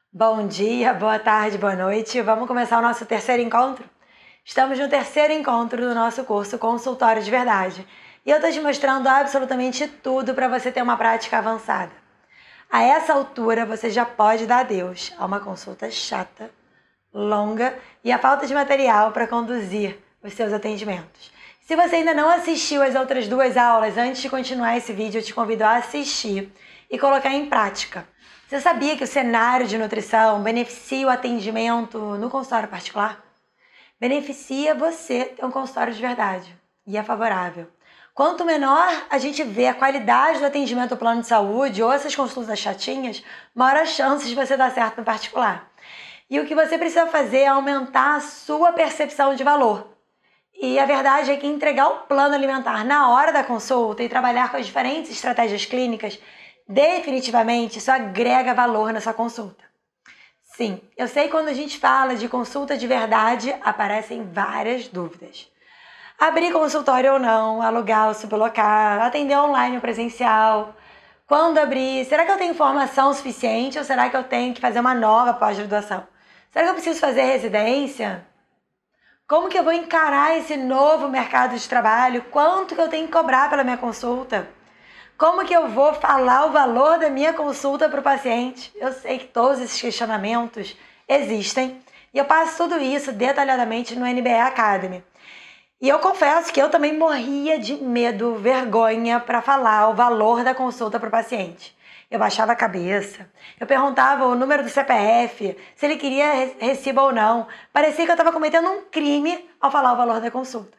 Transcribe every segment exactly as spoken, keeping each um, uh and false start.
Bom dia, boa tarde, boa noite. Vamos começar o nosso terceiro encontro? Estamos no terceiro encontro do nosso curso Consultório de Verdade. E eu estou te mostrando absolutamente tudo para você ter uma prática avançada. A essa altura, você já pode dar adeus a uma consulta chata, longa e a falta de material para conduzir os seus atendimentos. Se você ainda não assistiu as outras duas aulas, antes de continuar esse vídeo, eu te convido a assistir e colocar em prática. Você sabia que o cenário de nutrição beneficia o atendimento no consultório particular? Beneficia você ter um consultório de verdade e é favorável. Quanto menor a gente vê a qualidade do atendimento do plano de saúde ou essas consultas chatinhas, maior a chance de você dar certo no particular. E o que você precisa fazer é aumentar a sua percepção de valor. E a verdade é que entregar o plano alimentar na hora da consulta e trabalhar com as diferentes estratégias clínicas, definitivamente isso agrega valor na sua consulta. Sim, eu sei que quando a gente fala de consulta de verdade, aparecem várias dúvidas. Abrir consultório ou não, alugar ou sublocar, atender online ou presencial, quando abrir, será que eu tenho informação suficiente ou será que eu tenho que fazer uma nova pós-graduação? Será que eu preciso fazer residência? Como que eu vou encarar esse novo mercado de trabalho? Quanto que eu tenho que cobrar pela minha consulta? Como que eu vou falar o valor da minha consulta para o paciente? Eu sei que todos esses questionamentos existem e eu passo tudo isso detalhadamente no N B A Academy. E eu confesso que eu também morria de medo, vergonha para falar o valor da consulta para o paciente. Eu baixava a cabeça, eu perguntava o número do C P F, se ele queria recibo ou não. Parecia que eu estava cometendo um crime ao falar o valor da consulta.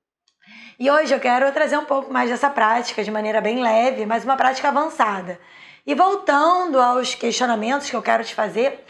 E hoje eu quero trazer um pouco mais dessa prática de maneira bem leve, mas uma prática avançada. E voltando aos questionamentos que eu quero te fazer,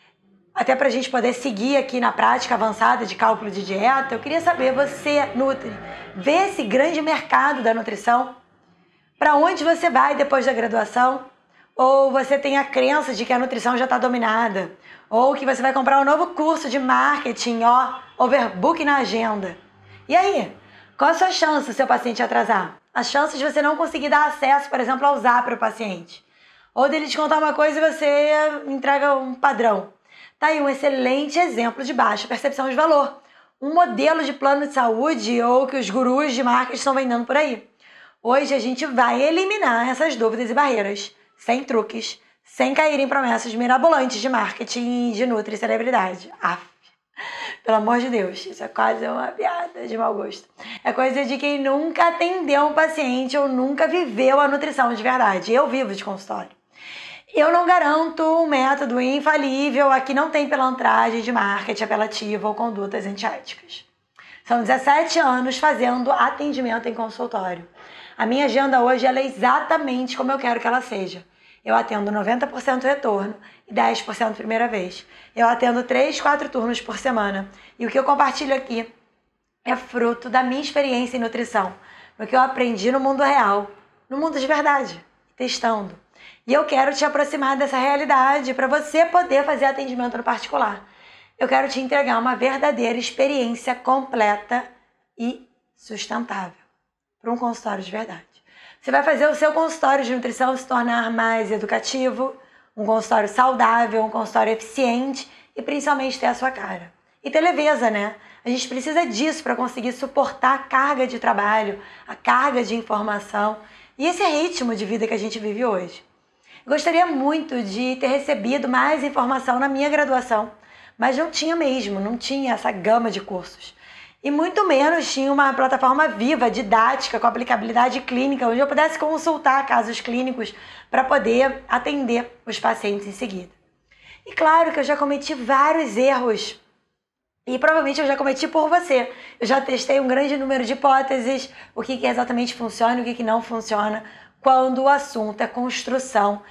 até para a gente poder seguir aqui na prática avançada de cálculo de dieta, eu queria saber, você, Nutri, vê esse grande mercado da nutrição? Para onde você vai depois da graduação? Ou você tem a crença de que a nutrição já está dominada? Ou que você vai comprar um novo curso de marketing, ó, overbook na agenda? E aí? Qual a sua chance do seu paciente atrasar? A chance de você não conseguir dar acesso, por exemplo, ao Zap para o paciente. Ou dele te contar uma coisa e você entrega um padrão. Tá aí um excelente exemplo de baixa percepção de valor. Um modelo de plano de saúde ou que os gurus de marketing estão vendendo por aí. Hoje a gente vai eliminar essas dúvidas e barreiras, sem truques, sem cair em promessas mirabolantes de marketing de nutri celebridade. Aff, pelo amor de Deus, isso é quase uma piada de mau gosto. É coisa de quem nunca atendeu um paciente ou nunca viveu a nutrição de verdade. Eu vivo de consultório. Eu não garanto um método infalível, aqui não tem pilantragem de marketing apelativo ou condutas antiéticas. São dezessete anos fazendo atendimento em consultório. A minha agenda hoje ela é exatamente como eu quero que ela seja. Eu atendo noventa por cento retorno e dez por cento primeira vez. Eu atendo três, quatro turnos por semana. E o que eu compartilho aqui é fruto da minha experiência em nutrição, do que eu aprendi no mundo real, no mundo de verdade, testando. E eu quero te aproximar dessa realidade para você poder fazer atendimento no particular. Eu quero te entregar uma verdadeira experiência completa e sustentável para um consultório de verdade. Você vai fazer o seu consultório de nutrição se tornar mais educativo, um consultório saudável, um consultório eficiente e principalmente ter a sua cara. E ter leveza, né? A gente precisa disso para conseguir suportar a carga de trabalho, a carga de informação e esse ritmo de vida que a gente vive hoje. Gostaria muito de ter recebido mais informação na minha graduação, mas não tinha mesmo, não tinha essa gama de cursos. E muito menos tinha uma plataforma viva, didática, com aplicabilidade clínica, onde eu pudesse consultar casos clínicos para poder atender os pacientes em seguida. E claro que eu já cometi vários erros, e provavelmente eu já cometi por você. Eu já testei um grande número de hipóteses, o que, que exatamente funciona e o que, que não funciona, quando o assunto é construção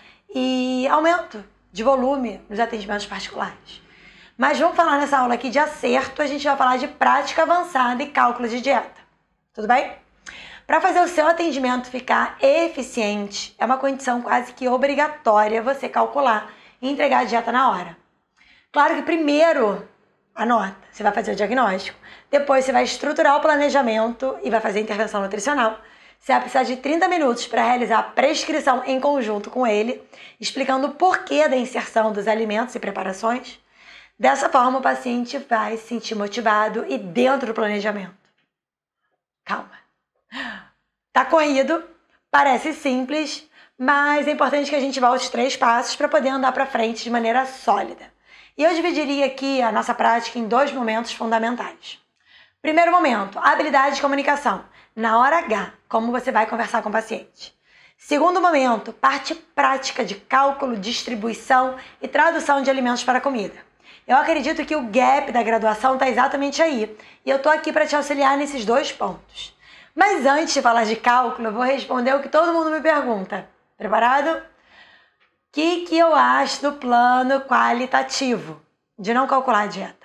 e aumento de volume nos atendimentos particulares. Mas vamos falar nessa aula aqui de acerto, a gente vai falar de prática avançada e cálculo de dieta. Tudo bem? Para fazer o seu atendimento ficar eficiente, é uma condição quase que obrigatória você calcular e entregar a dieta na hora. Claro que primeiro, anota, você vai fazer o diagnóstico, depois você vai estruturar o planejamento e vai fazer a intervenção nutricional. Você vai precisar de trinta minutos para realizar a prescrição em conjunto com ele, explicando o porquê da inserção dos alimentos e preparações. Dessa forma, o paciente vai se sentir motivado e dentro do planejamento. Calma. Tá corrido, parece simples, mas é importante que a gente volte os três passos para poder andar para frente de maneira sólida. E eu dividiria aqui a nossa prática em dois momentos fundamentais. Primeiro momento, habilidade de comunicação. Na hora H, como você vai conversar com o paciente. Segundo momento, parte prática de cálculo, distribuição e tradução de alimentos para comida. Eu acredito que o gap da graduação está exatamente aí. E eu estou aqui para te auxiliar nesses dois pontos. Mas antes de falar de cálculo, eu vou responder o que todo mundo me pergunta. Preparado? O que, que eu acho do plano qualitativo de não calcular a dieta?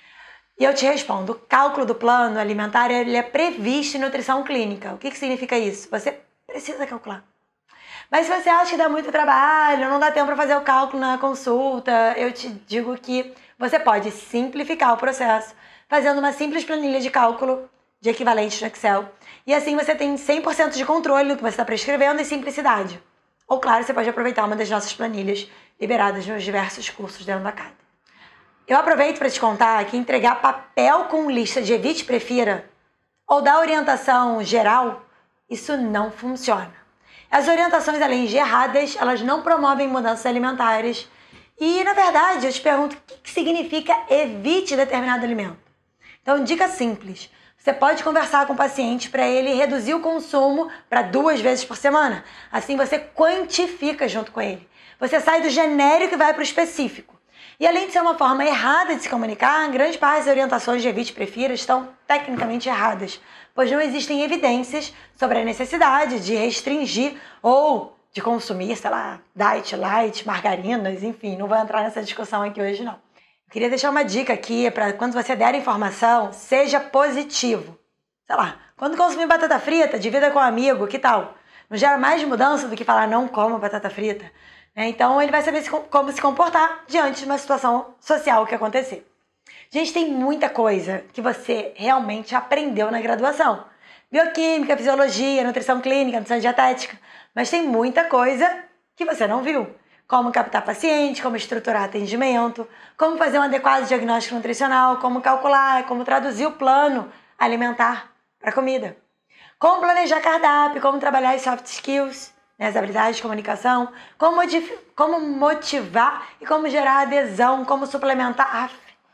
E eu te respondo, o cálculo do plano alimentar ele é previsto em nutrição clínica. O que, que significa isso? Você precisa calcular. Mas se você acha que dá muito trabalho, não dá tempo para fazer o cálculo na consulta, eu te digo que você pode simplificar o processo fazendo uma simples planilha de cálculo de equivalentes no Excel. E assim você tem cem por cento de controle do que você está prescrevendo e simplicidade. Ou claro, você pode aproveitar uma das nossas planilhas liberadas nos diversos cursos dentro da casa. Eu aproveito para te contar que entregar papel com lista de evite e prefira ou dar orientação geral, isso não funciona. As orientações, além de erradas, elas não promovem mudanças alimentares. E, na verdade, eu te pergunto o que significa evite determinado alimento. Então, dica simples. Você pode conversar com o paciente para ele reduzir o consumo para duas vezes por semana. Assim você quantifica junto com ele. Você sai do genérico e vai para o específico. E além de ser uma forma errada de se comunicar, grande parte das orientações de evite e prefira estão tecnicamente erradas, pois não existem evidências sobre a necessidade de restringir ou de consumir, sei lá, diet light, margarinas, enfim, não vou entrar nessa discussão aqui hoje não. Eu queria deixar uma dica aqui para quando você der informação, seja positivo. Sei lá, quando consumir batata frita, divida com um amigo, que tal? Não gera mais mudança do que falar não coma batata frita. Então ele vai saber se, como se comportar diante de uma situação social que acontecer. Gente, tem muita coisa que você realmente aprendeu na graduação. Bioquímica, fisiologia, nutrição clínica, nutrição dietética. Mas tem muita coisa que você não viu. Como captar paciente, como estruturar atendimento, como fazer um adequado diagnóstico nutricional, como calcular, como traduzir o plano alimentar para comida. Como planejar cardápio, como trabalhar as soft skills, né, as habilidades de comunicação, como, como motivar e como gerar adesão, como suplementar. Aff,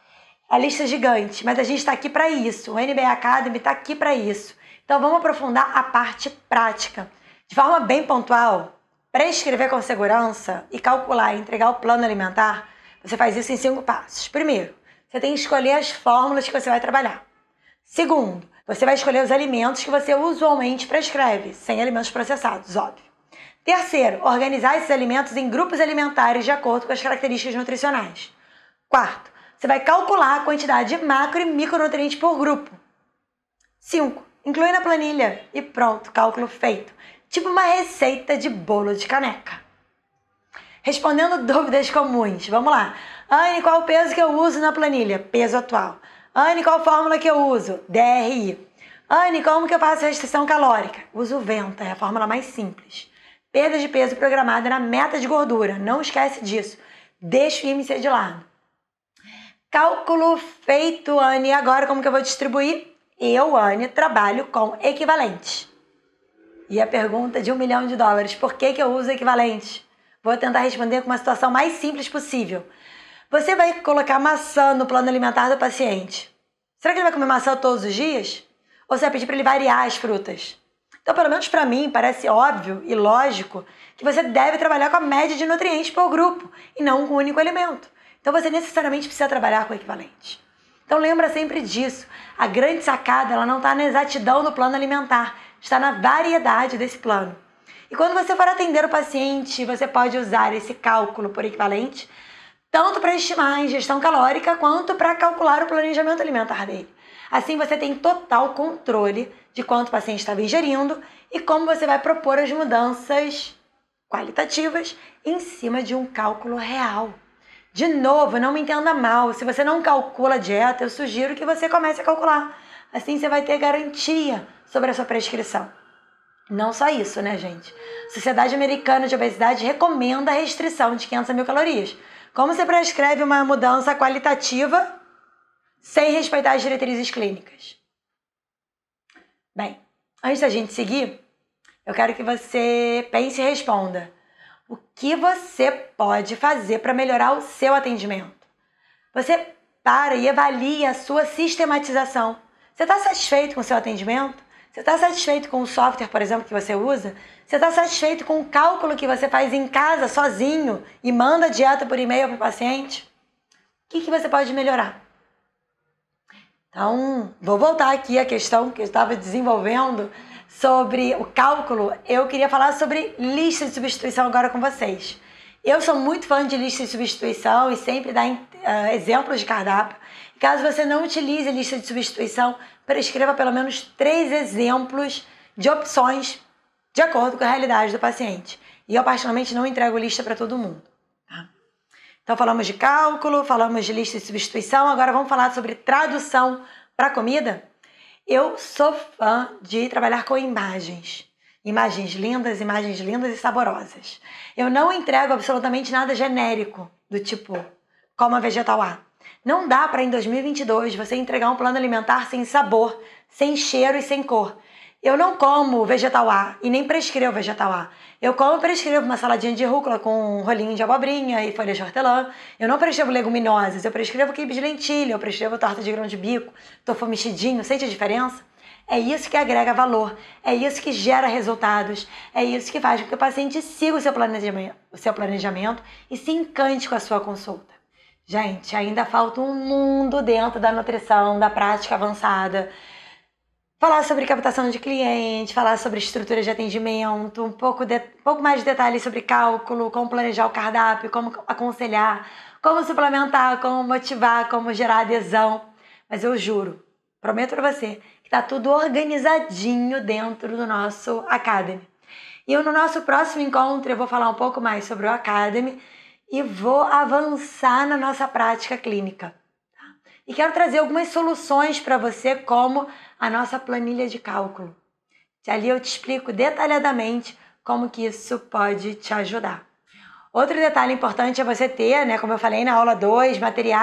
a lista é gigante, mas a gente está aqui para isso. O N B A Academy está aqui para isso. Então vamos aprofundar a parte prática. De forma bem pontual, prescrever com segurança e calcular e entregar o plano alimentar, você faz isso em cinco passos. Primeiro, você tem que escolher as fórmulas que você vai trabalhar. Segundo, você vai escolher os alimentos que você usualmente prescreve, sem alimentos processados, óbvio. Terceiro, organizar esses alimentos em grupos alimentares de acordo com as características nutricionais. Quarto, você vai calcular a quantidade de macro e micronutrientes por grupo. Cinco, inclui na planilha e pronto, cálculo feito. Tipo uma receita de bolo de caneca. Respondendo dúvidas comuns, vamos lá. Anne, qual o peso que eu uso na planilha? Peso atual. Anne, qual fórmula que eu uso? D R I. Anne, como que eu faço restrição calórica? Uso o Venta, é a fórmula mais simples. Perda de peso programada na meta de gordura. Não esquece disso. Deixa o I M C de lado. Cálculo feito, Anne. Agora como que eu vou distribuir? Eu, Anne, trabalho com equivalentes. E a pergunta de um milhão de dólares. Por que que eu uso equivalentes? Vou tentar responder com uma situação mais simples possível. Você vai colocar maçã no plano alimentar do paciente. Será que ele vai comer maçã todos os dias? Ou você vai pedir para ele variar as frutas? Então, pelo menos para mim, parece óbvio e lógico que você deve trabalhar com a média de nutrientes por grupo e não com um único alimento. Então, você necessariamente precisa trabalhar com equivalentes. Então, lembra sempre disso. A grande sacada ela não está na exatidão do plano alimentar, está na variedade desse plano. E quando você for atender o paciente, você pode usar esse cálculo por equivalente, tanto para estimar a ingestão calórica, quanto para calcular o planejamento alimentar dele. Assim você tem total controle de quanto o paciente estava ingerindo e como você vai propor as mudanças qualitativas em cima de um cálculo real. De novo, não me entenda mal, se você não calcula a dieta, eu sugiro que você comece a calcular. Assim você vai ter garantia sobre a sua prescrição. Não só isso, né, gente? A Sociedade Americana de Obesidade recomenda a restrição de quinhentas mil calorias. Como você prescreve uma mudança qualitativa sem respeitar as diretrizes clínicas? Bem, antes da gente seguir, eu quero que você pense e responda. O que você pode fazer para melhorar o seu atendimento? Você para e avalia a sua sistematização. Você está satisfeito com o seu atendimento? Você está satisfeito com o software, por exemplo, que você usa? Você está satisfeito com o cálculo que você faz em casa, sozinho, e manda a dieta por e-mail para o paciente? O que, que você pode melhorar? Então, vou voltar aqui à questão que eu estava desenvolvendo sobre o cálculo. Eu queria falar sobre lista de substituição agora com vocês. Eu sou muito fã de lista de substituição e sempre dar uh, exemplos de cardápio. Caso você não utilize lista de substituição, prescreva pelo menos três exemplos de opções de acordo com a realidade do paciente. E eu, particularmente, não entrego lista para todo mundo. Tá? Então, falamos de cálculo, falamos de lista de substituição, agora vamos falar sobre tradução para comida. Eu sou fã de trabalhar com imagens. Imagens lindas, imagens lindas e saborosas. Eu não entrego absolutamente nada genérico, do tipo, coma vegetal A. Não dá para, em dois mil e vinte e dois, você entregar um plano alimentar sem sabor, sem cheiro e sem cor. Eu não como vegetal A e nem prescrevo vegetal A. Eu como e prescrevo uma saladinha de rúcula com um rolinho de abobrinha e folha de hortelã. Eu não prescrevo leguminosas, eu prescrevo quibe de lentilha, eu prescrevo torta de grão de bico, tofu mexidinho, sente a diferença? É isso que agrega valor, é isso que gera resultados, é isso que faz com que o paciente siga o seu planejamento, o seu planejamento e se encante com a sua consulta. Gente, ainda falta um mundo dentro da nutrição, da prática avançada. Falar sobre captação de cliente, falar sobre estrutura de atendimento, um pouco, de, um pouco mais de detalhes sobre cálculo, como planejar o cardápio, como aconselhar, como suplementar, como motivar, como gerar adesão. Mas eu juro, prometo para você, que tá tudo organizadinho dentro do nosso Academy. E eu, no nosso próximo encontro eu vou falar um pouco mais sobre o Academy e vou avançar na nossa prática clínica. Tá? E quero trazer algumas soluções para você, como a nossa planilha de cálculo. Ali eu te explico detalhadamente como que isso pode te ajudar. Outro detalhe importante é você ter, né, como eu falei na aula dois, materiais